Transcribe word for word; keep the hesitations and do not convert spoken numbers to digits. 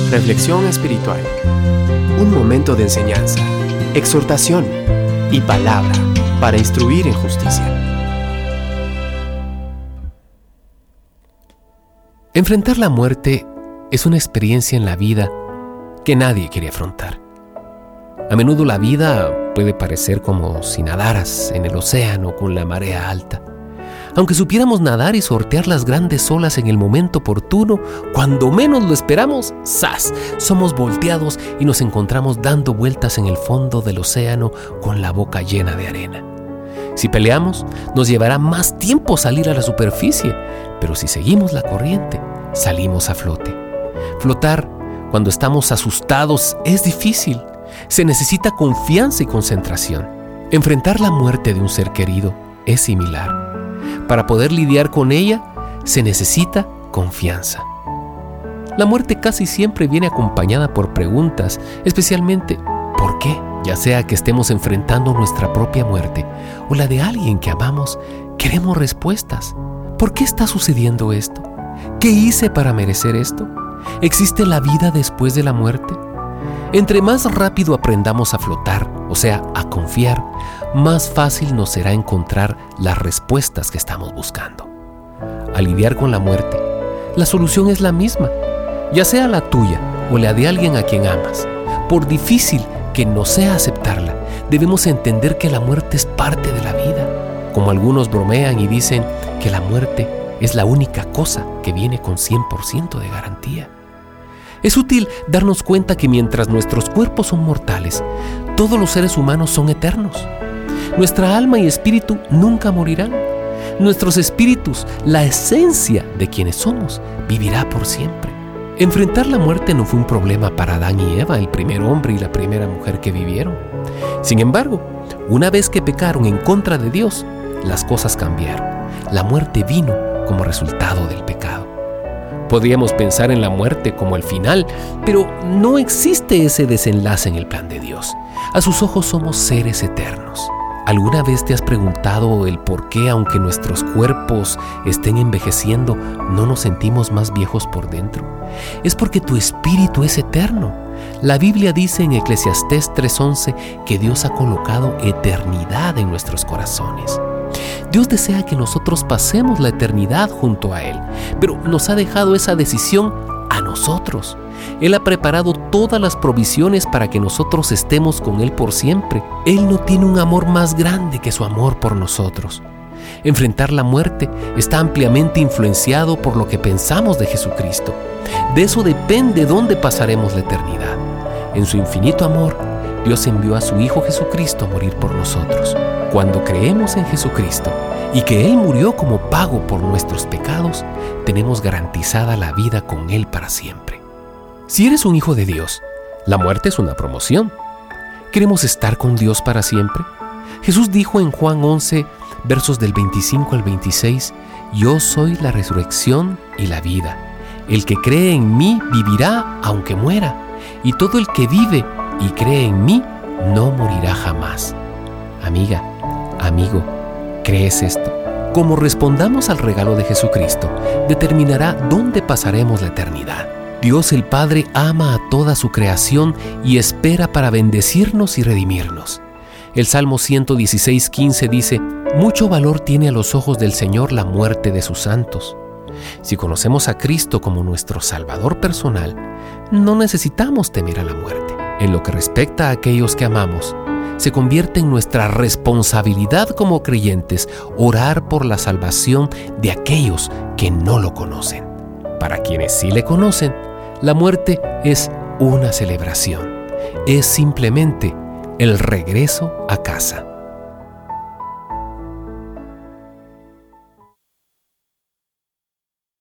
Reflexión espiritual. Un momento de enseñanza, exhortación y palabra para instruir en justicia. Enfrentar la muerte es una experiencia en la vida que nadie quiere afrontar. A menudo la vida puede parecer como si nadaras en el océano con la marea alta. Aunque supiéramos nadar y sortear las grandes olas en el momento oportuno, cuando menos lo esperamos, ¡zas!, somos volteados y nos encontramos dando vueltas en el fondo del océano con la boca llena de arena. Si peleamos, nos llevará más tiempo salir a la superficie, pero si seguimos la corriente, salimos a flote. Flotar cuando estamos asustados es difícil. Se necesita confianza y concentración. Enfrentar la muerte de un ser querido es similar. Para poder lidiar con ella, se necesita confianza. La muerte casi siempre viene acompañada por preguntas, especialmente ¿por qué? Ya sea que estemos enfrentando nuestra propia muerte o la de alguien que amamos, queremos respuestas. ¿Por qué está sucediendo esto? ¿Qué hice para merecer esto? ¿Existe la vida después de la muerte? Entre más rápido aprendamos a flotar, o sea, a confiar, más fácil nos será encontrar las respuestas que estamos buscando. Al lidiar con la muerte, la solución es la misma, ya sea la tuya o la de alguien a quien amas. Por difícil que nos sea aceptarla, debemos entender que la muerte es parte de la vida. Como algunos bromean y dicen que la muerte es la única cosa que viene con cien por ciento de garantía. Es útil darnos cuenta que mientras nuestros cuerpos son mortales, todos los seres humanos son eternos. Nuestra alma y espíritu nunca morirán. Nuestros espíritus, la esencia de quienes somos, vivirá por siempre. Enfrentar la muerte no fue un problema para Adán y Eva, el primer hombre y la primera mujer que vivieron. Sin embargo, una vez que pecaron en contra de Dios, las cosas cambiaron. La muerte vino como resultado del pecado. Podríamos pensar en la muerte como el final, pero no existe ese desenlace en el plan de Dios. A sus ojos somos seres eternos. ¿Alguna vez te has preguntado el por qué, aunque nuestros cuerpos estén envejeciendo, no nos sentimos más viejos por dentro? Es porque tu espíritu es eterno. La Biblia dice en Eclesiastés tres once que Dios ha colocado eternidad en nuestros corazones. Dios desea que nosotros pasemos la eternidad junto a Él, pero nos ha dejado esa decisión a nosotros. Él ha preparado todas las provisiones para que nosotros estemos con Él por siempre. Él no tiene un amor más grande que su amor por nosotros. Enfrentar la muerte está ampliamente influenciado por lo que pensamos de Jesucristo. De eso depende dónde pasaremos la eternidad. En su infinito amor, Dios envió a su Hijo Jesucristo a morir por nosotros. Cuando creemos en Jesucristo y que Él murió como pago por nuestros pecados, tenemos garantizada la vida con Él para siempre. Si eres un hijo de Dios, la muerte es una promoción. ¿Queremos estar con Dios para siempre? Jesús dijo en Juan once, versos del veinticinco al veintiséis, «Yo soy la resurrección y la vida. El que cree en mí vivirá aunque muera, y todo el que vive y cree en mí no morirá jamás». Amiga, amigo, ¿crees esto? Como respondamos al regalo de Jesucristo, determinará dónde pasaremos la eternidad. Dios el Padre ama a toda su creación y espera para bendecirnos y redimirnos. El Salmo ciento dieciséis quince dice, «Mucho valor tiene a los ojos del Señor la muerte de sus santos». Si conocemos a Cristo como nuestro Salvador personal, no necesitamos temer a la muerte. En lo que respecta a aquellos que amamos, se convierte en nuestra responsabilidad como creyentes orar por la salvación de aquellos que no lo conocen. Para quienes sí le conocen, la muerte es una celebración. Es simplemente el regreso a casa.